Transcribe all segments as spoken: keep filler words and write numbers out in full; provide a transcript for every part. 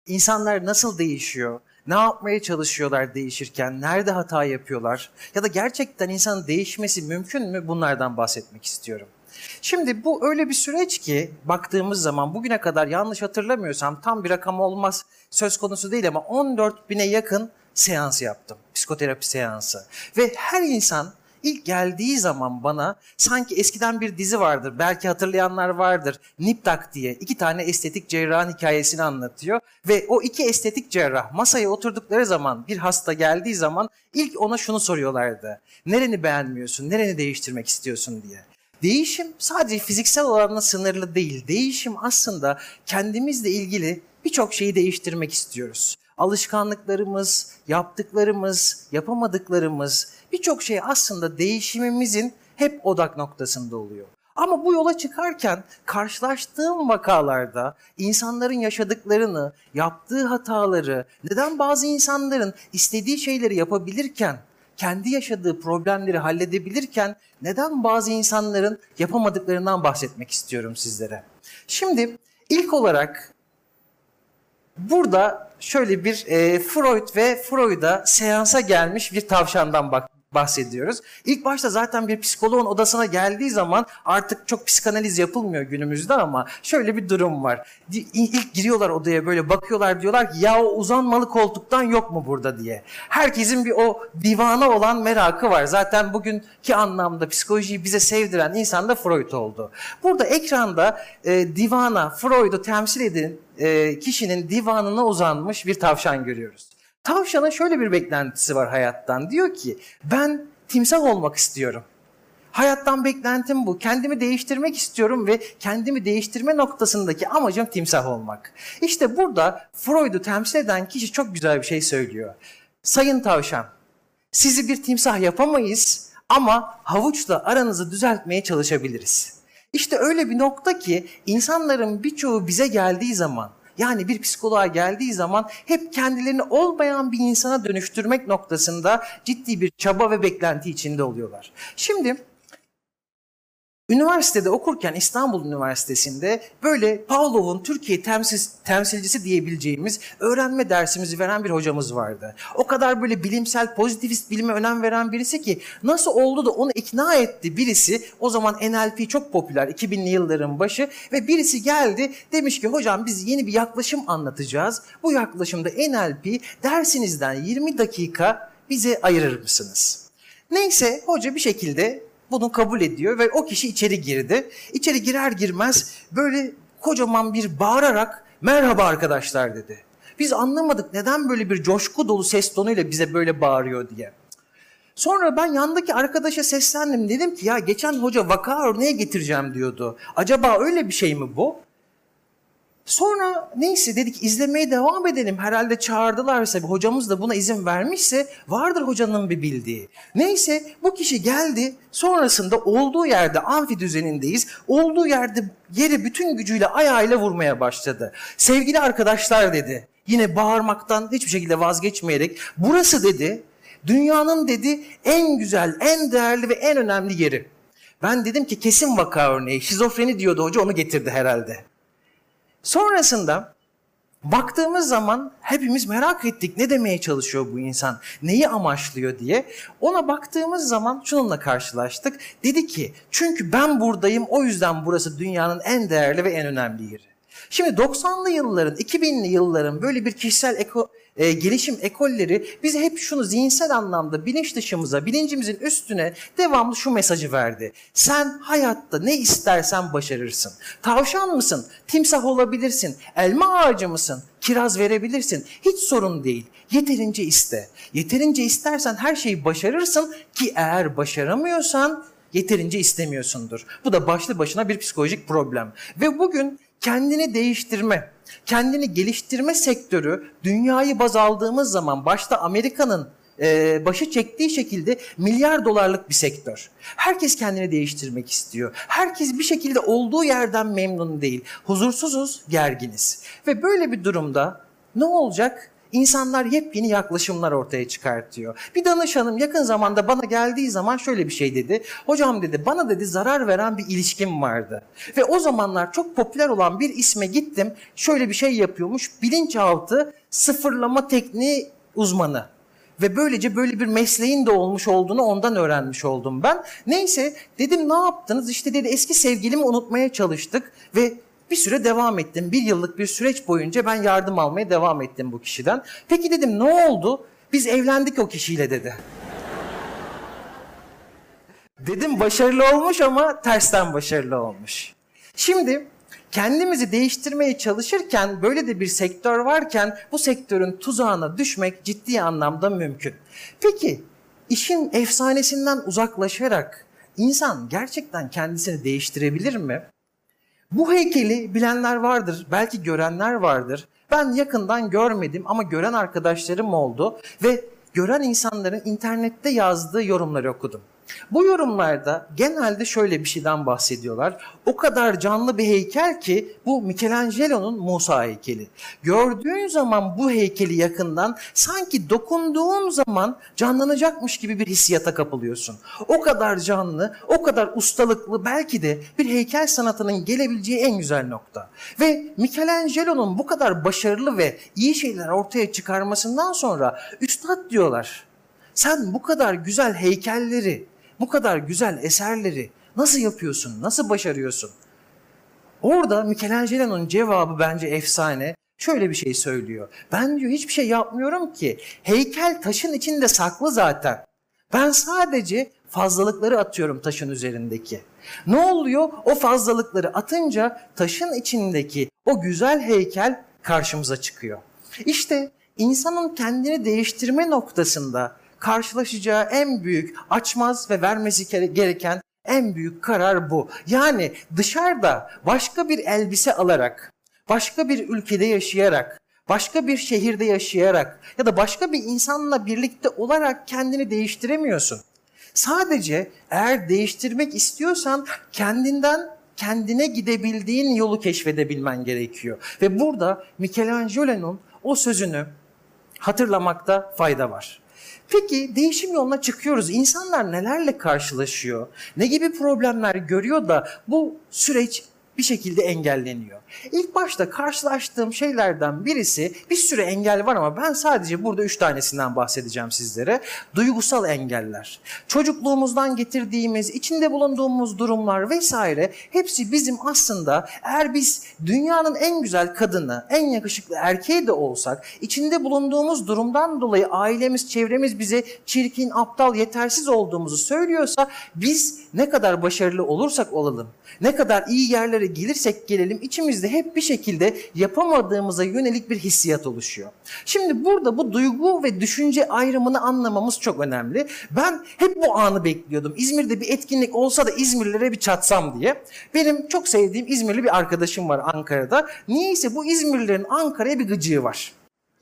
İnsanlar nasıl değişiyor? Ne yapmaya çalışıyorlar değişirken? Nerede hata yapıyorlar? Ya da gerçekten insanın değişmesi mümkün mü? Bunlardan bahsetmek istiyorum. Şimdi bu öyle bir süreç ki baktığımız zaman bugüne kadar yanlış hatırlamıyorsam tam bir rakam olmaz söz konusu değil ama on dört bine yakın seans yaptım. Psikoterapi seansı. Ve her insan ilk geldiği zaman bana sanki eskiden bir dizi vardır, belki hatırlayanlar vardır. Niptak diye iki tane estetik cerrahın hikayesini anlatıyor. Ve o iki estetik cerrah masaya oturdukları zaman bir hasta geldiği zaman ilk ona şunu soruyorlardı. Nereni beğenmiyorsun, nereni değiştirmek istiyorsun diye. Değişim sadece fiziksel olanla sınırlı değil. Değişim aslında kendimizle ilgili birçok şeyi değiştirmek istiyoruz. Alışkanlıklarımız, yaptıklarımız, yapamadıklarımız birçok şey aslında değişimimizin hep odak noktasında oluyor. Ama bu yola çıkarken karşılaştığım vakalarda insanların yaşadıklarını, yaptığı hataları, neden bazı insanların istediği şeyleri yapabilirken, kendi yaşadığı problemleri halledebilirken neden bazı insanların yapamadıklarından bahsetmek istiyorum sizlere. Şimdi ilk olarak burada şöyle bir e, Freud ve Freud'a seansa gelmiş bir tavşandan bak bahsediyoruz. İlk başta zaten bir psikoloğun odasına geldiği zaman artık çok psikanaliz yapılmıyor günümüzde ama şöyle bir durum var. İlk giriyorlar odaya böyle bakıyorlar diyorlar ki ya o uzanmalı koltuktan yok mu burada diye. Herkesin bir o divana olan merakı var. Zaten bugünkü anlamda psikolojiyi bize sevdiren insan da Freud oldu. Burada ekranda e, divana, Freud'u temsil eden e, kişinin divanına uzanmış bir tavşan görüyoruz. Tavşanın şöyle bir beklentisi var hayattan. Diyor ki ben timsah olmak istiyorum. Hayattan beklentim bu. Kendimi değiştirmek istiyorum ve kendimi değiştirme noktasındaki amacım timsah olmak. İşte burada Freud'u temsil eden kişi çok güzel bir şey söylüyor. Sayın tavşan, sizi bir timsah yapamayız ama havuçla aranızı düzeltmeye çalışabiliriz. İşte öyle bir nokta ki insanların birçoğu bize geldiği zaman, yani bir psikoloğa geldiği zaman hep kendilerini olmayan bir insana dönüştürmek noktasında ciddi bir çaba ve beklenti içinde oluyorlar. Şimdi üniversitede okurken İstanbul Üniversitesi'nde böyle Pavlov'un Türkiye temsil, temsilcisi diyebileceğimiz öğrenme dersimizi veren bir hocamız vardı. O kadar böyle bilimsel, pozitivist bilime önem veren birisi ki nasıl oldu da onu ikna etti birisi. O zaman N L P çok popüler, iki binli yılların başı ve birisi geldi demiş ki hocam biz yeni bir yaklaşım anlatacağız. Bu yaklaşımda N L P dersinizden yirmi dakika bize ayırır mısınız? Neyse hoca bir şekilde bunu kabul ediyor ve o kişi içeri girdi. İçeri girer girmez böyle kocaman bir bağırarak merhaba arkadaşlar dedi. Biz anlamadık neden böyle bir coşku dolu ses tonuyla bize böyle bağırıyor diye. Sonra ben yandaki arkadaşa seslendim. Dedim ki ya geçen hoca vaka örneği getireceğim diyordu. Acaba öyle bir şey mi bu? Sonra neyse dedik izlemeye devam edelim. Herhalde çağırdılarsa hocamız da buna izin vermişse vardır hocanın bir bildiği. Neyse bu kişi geldi sonrasında olduğu yerde amfi düzenindeyiz. Olduğu yerde yeri bütün gücüyle ayağıyla vurmaya başladı. Sevgili arkadaşlar dedi yine bağırmaktan hiçbir şekilde vazgeçmeyerek burası dedi dünyanın dedi en güzel en değerli ve en önemli yeri. Ben dedim ki kesin vaka örneği şizofreni diyordu hoca onu getirdi herhalde. Sonrasında baktığımız zaman hepimiz merak ettik ne demeye çalışıyor bu insan, neyi amaçlıyor diye. Ona baktığımız zaman şununla karşılaştık. Dedi ki çünkü ben buradayım o yüzden burası dünyanın en değerli ve en önemli yeri. Şimdi doksanlı yılların, iki binli yılların böyle bir kişisel eko, e, gelişim ekolleri bize hep şunu zihinsel anlamda bilinç dışımıza, bilincimizin üstüne devamlı şu mesajı verdi. Sen hayatta ne istersen başarırsın. Tavşan mısın? Timsah olabilirsin. Elma ağacı mısın? Kiraz verebilirsin. Hiç sorun değil. Yeterince iste. Yeterince istersen her şeyi başarırsın ki eğer başaramıyorsan yeterince istemiyorsundur. Bu da başlı başına bir psikolojik problem. Ve bugün kendini değiştirme, kendini geliştirme sektörü dünyayı baz aldığımız zaman başta Amerika'nın e, başı çektiği şekilde milyar dolarlık bir sektör. Herkes kendini değiştirmek istiyor. Herkes bir şekilde olduğu yerden memnun değil. Huzursuzuz, gerginiz. Ve böyle bir durumda ne olacak? İnsanlar yepyeni yaklaşımlar ortaya çıkartıyor. Bir danışanım yakın zamanda bana geldiği zaman şöyle bir şey dedi. Hocam dedi, bana dedi zarar veren bir ilişkim vardı. Ve o zamanlar çok popüler olan bir isme gittim. Şöyle bir şey yapıyormuş. Bilinçaltı sıfırlama tekniği uzmanı. Ve böylece böyle bir mesleğin de olmuş olduğunu ondan öğrenmiş oldum ben. Neyse dedim, ne yaptınız? İşte dedi, eski sevgilimi unutmaya çalıştık ve bir süre devam ettim. Bir yıllık bir süreç boyunca ben yardım almaya devam ettim bu kişiden. Peki dedim, ne oldu? Biz evlendik o kişiyle dedi. Dedim başarılı olmuş ama tersten başarılı olmuş. Şimdi kendimizi değiştirmeye çalışırken, böyle de bir sektör varken bu sektörün tuzağına düşmek ciddi anlamda mümkün. Peki işin efsanesinden uzaklaşarak insan gerçekten kendisini değiştirebilir mi? Bu heykeli bilenler vardır, belki görenler vardır. Ben yakından görmedim ama gören arkadaşlarım oldu ve gören insanların internette yazdığı yorumları okudum. Bu yorumlarda genelde şöyle bir şeyden bahsediyorlar. O kadar canlı bir heykel ki bu Michelangelo'nun Musa heykeli. Gördüğün zaman bu heykeli yakından sanki dokunduğun zaman canlanacakmış gibi bir hissiyata kapılıyorsun. O kadar canlı, o kadar ustalıklı, belki de bir heykel sanatının gelebileceği en güzel nokta. Ve Michelangelo'nun bu kadar başarılı ve iyi şeyler ortaya çıkarmasından sonra üstad diyorlar. Sen bu kadar güzel heykelleri, bu kadar güzel eserleri nasıl yapıyorsun, nasıl başarıyorsun? Orada Michelangelo'nun cevabı bence efsane. Şöyle bir şey söylüyor. Ben diyor hiçbir şey yapmıyorum ki. Heykel taşın içinde saklı zaten. Ben sadece fazlalıkları atıyorum taşın üzerindeki. Ne oluyor? O fazlalıkları atınca taşın içindeki o güzel heykel karşımıza çıkıyor. İşte insanın kendini değiştirme noktasında karşılaşacağı en büyük, açmaz ve vermesi gereken en büyük karar bu. Yani dışarıda başka bir elbise alarak, başka bir ülkede yaşayarak, başka bir şehirde yaşayarak ya da başka bir insanla birlikte olarak kendini değiştiremiyorsun. Sadece eğer değiştirmek istiyorsan kendinden kendine gidebildiğin yolu keşfedebilmen gerekiyor. Ve burada Michelangelo'nun o sözünü hatırlamakta fayda var. Peki değişim yoluna çıkıyoruz. İnsanlar nelerle karşılaşıyor? Ne gibi problemler görüyor da bu süreç bir şekilde engelleniyor? İlk başta karşılaştığım şeylerden birisi, bir sürü engel var ama ben sadece burada üç tanesinden bahsedeceğim sizlere. Duygusal engeller. Çocukluğumuzdan getirdiğimiz, içinde bulunduğumuz durumlar vesaire hepsi bizim aslında, eğer biz dünyanın en güzel kadını, en yakışıklı erkeği de olsak, içinde bulunduğumuz durumdan dolayı ailemiz, çevremiz bize çirkin, aptal, yetersiz olduğumuzu söylüyorsa, biz ne kadar başarılı olursak olalım, ne kadar iyi yerlere gelirsek gelelim, içimizde hep bir şekilde yapamadığımıza yönelik bir hissiyat oluşuyor. Şimdi burada bu duygu ve düşünce ayrımını anlamamız çok önemli. Ben hep bu anı bekliyordum. İzmir'de bir etkinlik olsa da İzmirlilere bir çatsam diye. Benim çok sevdiğim İzmirli bir arkadaşım var Ankara'da. Niyeyse bu İzmirlilerin Ankara'ya bir gıcığı var.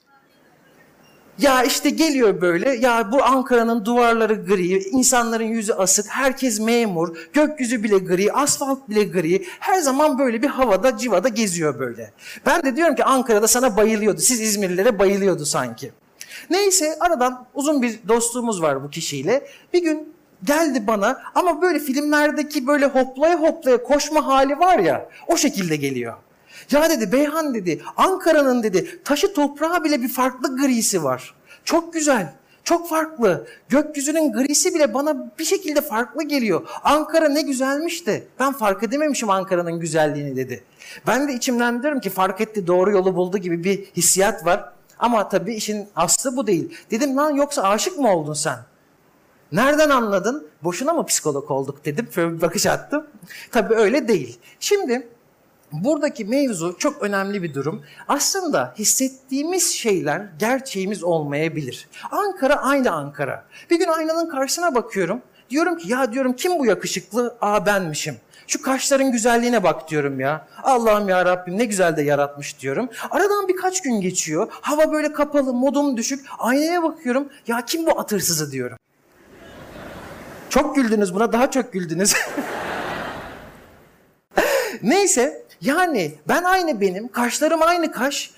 Ya işte geliyor böyle, ya bu Ankara'nın duvarları gri, insanların yüzü asık, herkes memur, gökyüzü bile gri, asfalt bile gri, her zaman böyle bir havada, civada geziyor böyle. Ben de diyorum ki Ankara'da sana bayılıyordu, siz İzmirlilere bayılıyordu sanki. Neyse aradan uzun bir dostluğumuz var bu kişiyle. Bir gün geldi bana ama böyle filmlerdeki böyle hoplaya hoplaya koşma hali var ya, o şekilde geliyor. Ya dedi, Beyhan dedi, Ankara'nın dedi taşı toprağı bile bir farklı grisi var. Çok güzel, çok farklı. Gökyüzünün grisi bile bana bir şekilde farklı geliyor. Ankara ne güzelmiş de ben fark edememişim Ankara'nın güzelliğini dedi. Ben de içimden diyorum ki fark etti, doğru yolu buldu gibi bir hissiyat var. Ama tabii işin aslı bu değil. Dedim lan, yoksa aşık mı oldun sen? Nereden anladın? Boşuna mı psikolog olduk dedim. Şöyle bir bakış attım. Tabii öyle değil. Şimdi buradaki mevzu çok önemli bir durum. Aslında hissettiğimiz şeyler gerçeğimiz olmayabilir. Ankara aynı Ankara. Bir gün aynanın karşısına bakıyorum. Diyorum ki ya diyorum, kim bu yakışıklı? Aa, benmişim. Şu kaşların güzelliğine bak diyorum ya. Allah'ım ya Rabbim ne güzel de yaratmış diyorum. Aradan birkaç gün geçiyor. Hava böyle kapalı, modum düşük. Aynaya bakıyorum. Ya kim bu at hırsızı diyorum. Çok güldünüz buna, daha çok güldünüz. Neyse, yani ben aynı benim, kaşlarım aynı kaş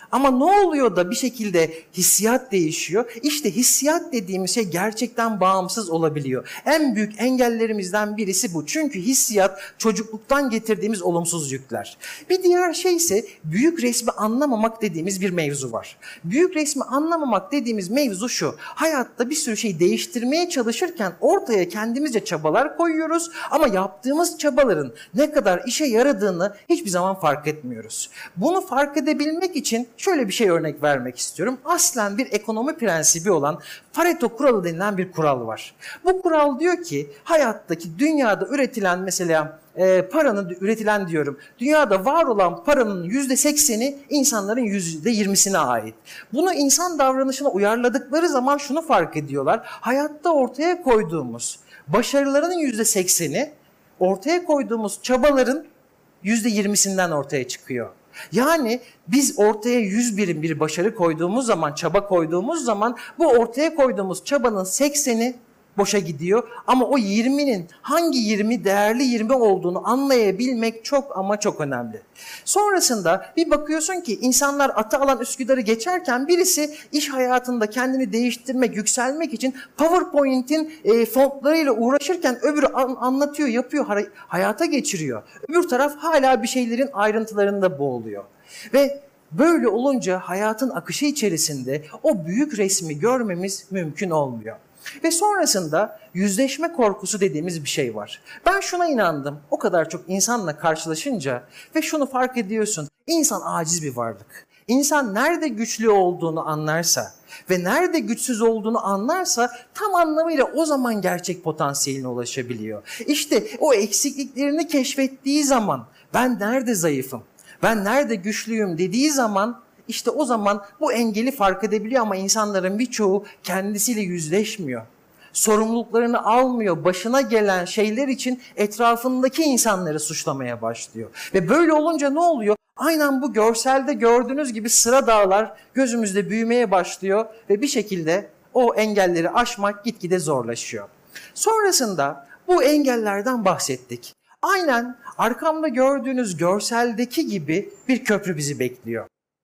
Ama ne oluyor da bir şekilde hissiyat değişiyor? İşte hissiyat dediğimiz şey gerçekten bağımsız olabiliyor. En büyük engellerimizden birisi bu. Çünkü hissiyat çocukluktan getirdiğimiz olumsuz yükler. Bir diğer şey ise büyük resmi anlamamak dediğimiz bir mevzu var. Büyük resmi anlamamak dediğimiz mevzu şu: hayatta bir sürü şey değiştirmeye çalışırken ortaya kendimizce çabalar koyuyoruz ama yaptığımız çabaların ne kadar işe yaradığını hiçbir zaman fark etmiyoruz. Bunu fark edebilmek için şöyle bir şey örnek vermek istiyorum. Aslen bir ekonomi prensibi olan Pareto kuralı denilen bir kural var. Bu kural diyor ki hayattaki dünyada üretilen mesela e, paranın üretilen diyorum. Dünyada var olan paranın yüzde sekseni insanların yüzde yirmisine ait. Bunu insan davranışına uyarladıkları zaman şunu fark ediyorlar. Hayatta ortaya koyduğumuz başarıların yüzde sekseni ortaya koyduğumuz çabaların yüzde yirmisinden ortaya çıkıyor. Yani biz ortaya yüz birim bir başarı koyduğumuz zaman, çaba koyduğumuz zaman bu ortaya koyduğumuz çabanın sekseni boşa gidiyor. Ama o yirminin hangi yirmi değerli yirmi olduğunu anlayabilmek çok ama çok önemli. Sonrasında bir bakıyorsun ki insanlar Atalan Üsküdar'ı geçerken birisi iş hayatında kendini değiştirmek, yükselmek için PowerPoint'in e, fontlarıyla uğraşırken öbürü an, anlatıyor, yapıyor, hayata geçiriyor. Öbür taraf hala bir şeylerin ayrıntılarında boğuluyor. Ve böyle olunca hayatın akışı içerisinde o büyük resmi görmemiz mümkün olmuyor. Ve sonrasında yüzleşme korkusu dediğimiz bir şey var. Ben şuna inandım, o kadar çok insanla karşılaşınca ve şunu fark ediyorsun, insan aciz bir varlık. İnsan nerede güçlü olduğunu anlarsa ve nerede güçsüz olduğunu anlarsa tam anlamıyla o zaman gerçek potansiyeline ulaşabiliyor. İşte o eksikliklerini keşfettiği zaman ben nerede zayıfım, ben nerede güçlüyüm dediği zaman İşte o zaman bu engeli fark edebiliyor ama insanların birçoğu kendisiyle yüzleşmiyor. Sorumluluklarını almıyor, başına gelen şeyler için etrafındaki insanları suçlamaya başlıyor. Ve böyle olunca ne oluyor? Aynen bu görselde gördüğünüz gibi sıra dağlar gözümüzde büyümeye başlıyor ve bir şekilde o engelleri aşmak gitgide zorlaşıyor. Sonrasında bu engellerden bahsettik. Aynen arkamda gördüğünüz görseldeki gibi bir köprü bizi bekliyor.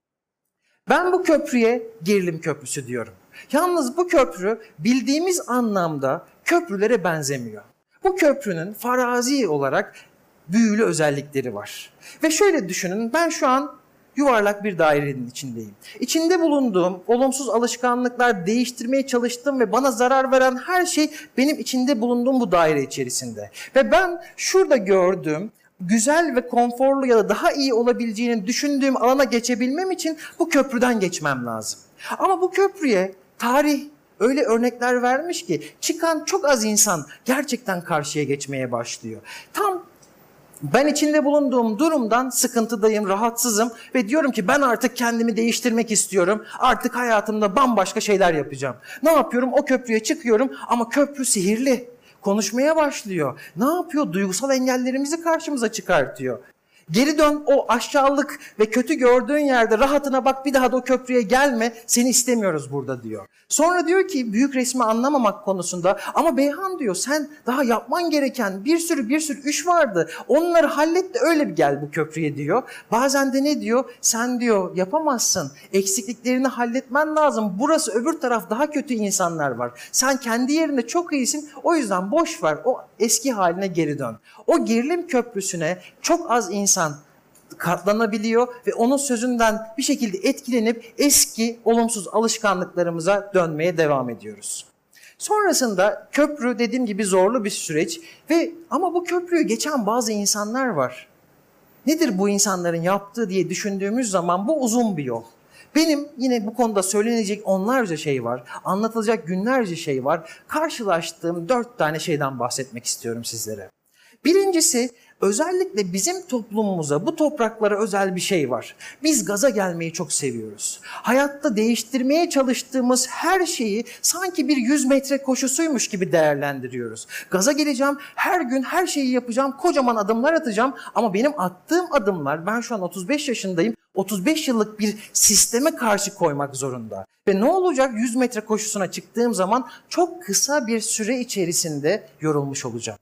Ben bu köprüye gerilim köprüsü diyorum. Yalnız bu köprü bildiğimiz anlamda köprülere benzemiyor. Bu köprünün farazi olarak büyülü özellikleri var. Ve şöyle düşünün, ben şu an yuvarlak bir dairenin içindeyim. İçinde bulunduğum olumsuz alışkanlıklar, değiştirmeye çalıştığım ve bana zarar veren her şey benim içinde bulunduğum bu daire içerisinde. Ve ben şurada gördüğüm güzel ve konforlu ya da daha iyi olabileceğini düşündüğüm alana geçebilmem için bu köprüden geçmem lazım. Ama bu köprüye tarih öyle örnekler vermiş ki çıkan çok az insan gerçekten karşıya geçmeye başlıyor. Tam ben içinde bulunduğum durumdan sıkıntıdayım, rahatsızım ve diyorum ki ben artık kendimi değiştirmek istiyorum. Artık hayatımda bambaşka şeyler yapacağım. Ne yapıyorum? O köprüye çıkıyorum ama köprü sihirli. Konuşmaya başlıyor. Ne yapıyor? Duygusal engellerimizi karşımıza çıkartıyor. Geri dön, o aşağılık ve kötü gördüğün yerde rahatına bak, bir daha da o köprüye gelme, seni istemiyoruz burada diyor. Sonra diyor ki büyük resmi anlamamak konusunda, ama Beyhan diyor sen daha yapman gereken bir sürü bir sürü iş vardı. Onları hallet de öyle bir gel bu köprüye diyor. Bazen de ne diyor? Sen diyor yapamazsın. Eksikliklerini halletmen lazım. Burası öbür taraf daha kötü insanlar var. Sen kendi yerinde çok iyisin. O yüzden boş ver. O eski haline geri dön. O gerilim köprüsüne çok az insan katlanabiliyor ve onun sözünden bir şekilde etkilenip eski olumsuz alışkanlıklarımıza dönmeye devam ediyoruz. Sonrasında köprü dediğim gibi zorlu bir süreç ve ama bu köprüyü geçen bazı insanlar var. Nedir bu insanların yaptığı diye düşündüğümüz zaman bu uzun bir yol. Benim yine bu konuda söylenecek onlarca şey var, anlatılacak günlerce şey var. Karşılaştığım dört tane şeyden bahsetmek istiyorum sizlere. Birincisi, özellikle bizim toplumumuza, bu topraklara özel bir şey var. Biz gaza gelmeyi çok seviyoruz. Hayatta değiştirmeye çalıştığımız her şeyi sanki bir yüz metre koşusuymuş gibi değerlendiriyoruz. Gaza geleceğim, her gün her şeyi yapacağım, kocaman adımlar atacağım ama benim attığım adımlar, ben şu an otuz beş yaşındayım, otuz beş yıllık bir sisteme karşı koymak zorunda. Ve ne olacak? yüz metre koşusuna çıktığım zaman çok kısa bir süre içerisinde yorulmuş olacağım.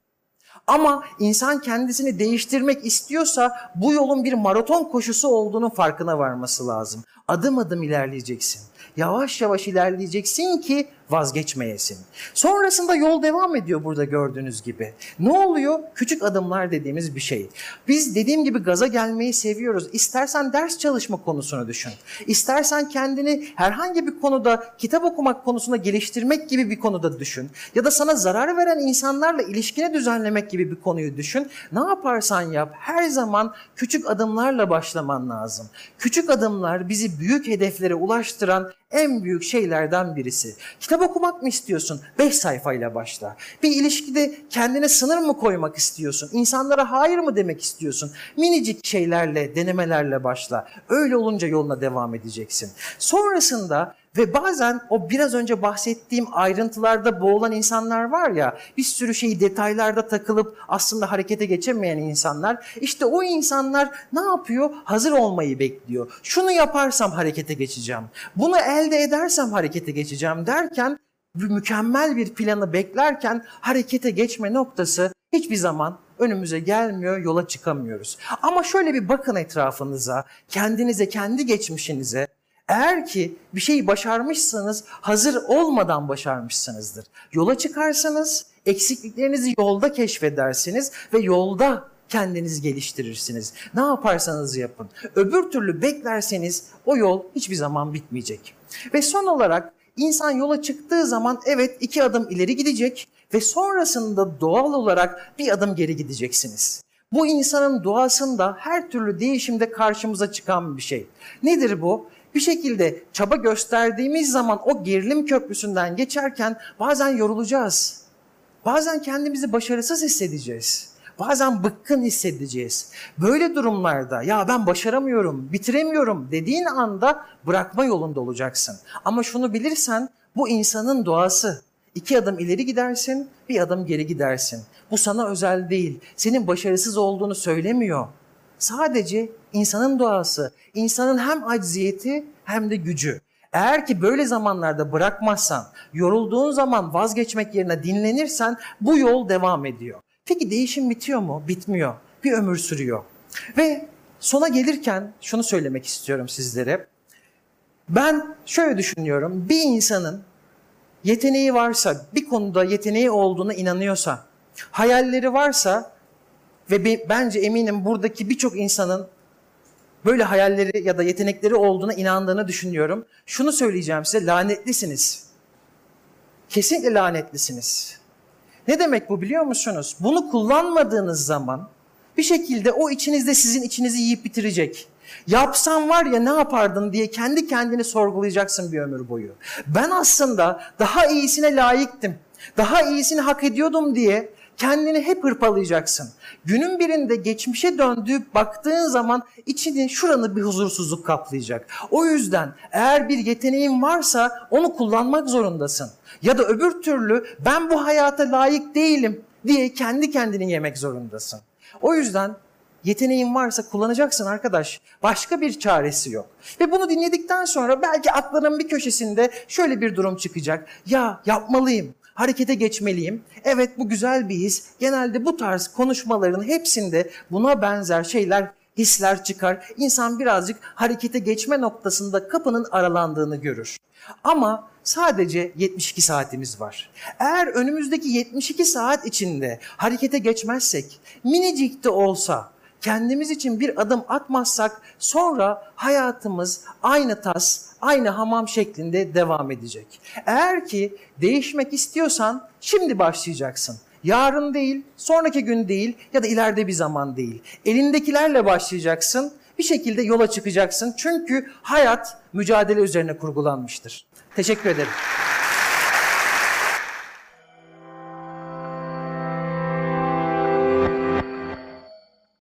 Ama insan kendisini değiştirmek istiyorsa bu yolun bir maraton koşusu olduğunun farkına varması lazım. Adım adım ilerleyeceksin. Yavaş yavaş ilerleyeceksin ki vazgeçmeyesin. Sonrasında yol devam ediyor burada gördüğünüz gibi. Ne oluyor? Küçük adımlar dediğimiz bir şey. Biz dediğim gibi gaza gelmeyi seviyoruz. İstersen ders çalışma konusunu düşün. İstersen kendini herhangi bir konuda kitap okumak konusunda geliştirmek gibi bir konuda düşün. Ya da sana zarar veren insanlarla ilişkini düzenlemek gibi bir konuyu düşün. Ne yaparsan yap her zaman küçük adımlarla başlaman lazım. Küçük adımlar bizi büyük hedeflere ulaştıran en büyük şeylerden birisi. Kitap okumak mı istiyorsun? Beş sayfayla başla. Bir ilişkide kendine sınır mı koymak istiyorsun? İnsanlara hayır mı demek istiyorsun? Minicik şeylerle, denemelerle başla. Öyle olunca yoluna devam edeceksin. Sonrasında ve bazen o biraz önce bahsettiğim ayrıntılarda boğulan insanlar var ya, bir sürü şeyi detaylarda takılıp aslında harekete geçemeyen insanlar, işte o insanlar ne yapıyor? Hazır olmayı bekliyor. Şunu yaparsam harekete geçeceğim, bunu elde edersem harekete geçeceğim derken, mükemmel bir planı beklerken harekete geçme noktası hiçbir zaman önümüze gelmiyor, yola çıkamıyoruz. Ama şöyle bir bakın etrafınıza, kendinize, kendi geçmişinize. Eğer ki bir şeyi başarmışsanız hazır olmadan başarmışsınızdır. Yola çıkarsınız, eksikliklerinizi yolda keşfedersiniz ve yolda kendinizi geliştirirsiniz. Ne yaparsanız yapın. Öbür türlü beklerseniz o yol hiçbir zaman bitmeyecek. Ve son olarak insan yola çıktığı zaman evet iki adım ileri gidecek ve sonrasında doğal olarak bir adım geri gideceksiniz. Bu insanın doğasında her türlü değişimde karşımıza çıkan bir şey. Nedir bu? Bir şekilde çaba gösterdiğimiz zaman o gerilim köprüsünden geçerken bazen yorulacağız. Bazen kendimizi başarısız hissedeceğiz. Bazen bıkkın hissedeceğiz. Böyle durumlarda ya ben başaramıyorum, bitiremiyorum dediğin anda bırakma yolunda olacaksın. Ama şunu bilirsen bu insanın doğası. İki adım ileri gidersin, bir adım geri gidersin. Bu sana özel değil. Senin başarısız olduğunu söylemiyor. Sadece insanın doğası, insanın hem acziyeti hem de gücü. Eğer ki böyle zamanlarda bırakmazsan, yorulduğun zaman vazgeçmek yerine dinlenirsen bu yol devam ediyor. Peki değişim bitiyor mu? Bitmiyor. Bir ömür sürüyor. Ve sona gelirken şunu söylemek istiyorum sizlere. Ben şöyle düşünüyorum. Bir insanın yeteneği varsa, bir konuda yeteneği olduğuna inanıyorsa, hayalleri varsa ve bence eminim buradaki birçok insanın böyle hayalleri ya da yetenekleri olduğuna inandığını düşünüyorum. Şunu söyleyeceğim size, lanetlisiniz. Kesinlikle lanetlisiniz. Ne demek bu biliyor musunuz? Bunu kullanmadığınız zaman bir şekilde o içinizde sizin içinizi yiyip bitirecek. Yapsam var ya ne yapardın diye kendi kendini sorgulayacaksın bir ömür boyu. Ben aslında daha iyisine layıktım, daha iyisini hak ediyordum diye kendini hep hırpalayacaksın. Günün birinde geçmişe döndüğüp baktığın zaman içini şuranı bir huzursuzluk kaplayacak. O yüzden eğer bir yeteneğin varsa onu kullanmak zorundasın. Ya da öbür türlü ben bu hayata layık değilim diye kendi kendini yemek zorundasın. O yüzden yeteneğin varsa kullanacaksın arkadaş. Başka bir çaresi yok. Ve bunu dinledikten sonra belki aklının bir köşesinde şöyle bir durum çıkacak. Ya yapmalıyım. Harekete geçmeliyim. Evet bu güzel bir his. Genelde bu tarz konuşmaların hepsinde buna benzer şeyler, hisler çıkar. İnsan birazcık harekete geçme noktasında kapının aralandığını görür. Ama sadece yetmiş iki saatimiz var. Eğer önümüzdeki yetmiş iki saat içinde harekete geçmezsek, minicik de olsa kendimiz için bir adım atmazsak sonra hayatımız aynı tas, aynı hamam şeklinde devam edecek. Eğer ki değişmek istiyorsan şimdi başlayacaksın. Yarın değil, sonraki gün değil ya da ileride bir zaman değil. Elindekilerle başlayacaksın, bir şekilde yola çıkacaksın. Çünkü hayat mücadele üzerine kurgulanmıştır. Teşekkür ederim.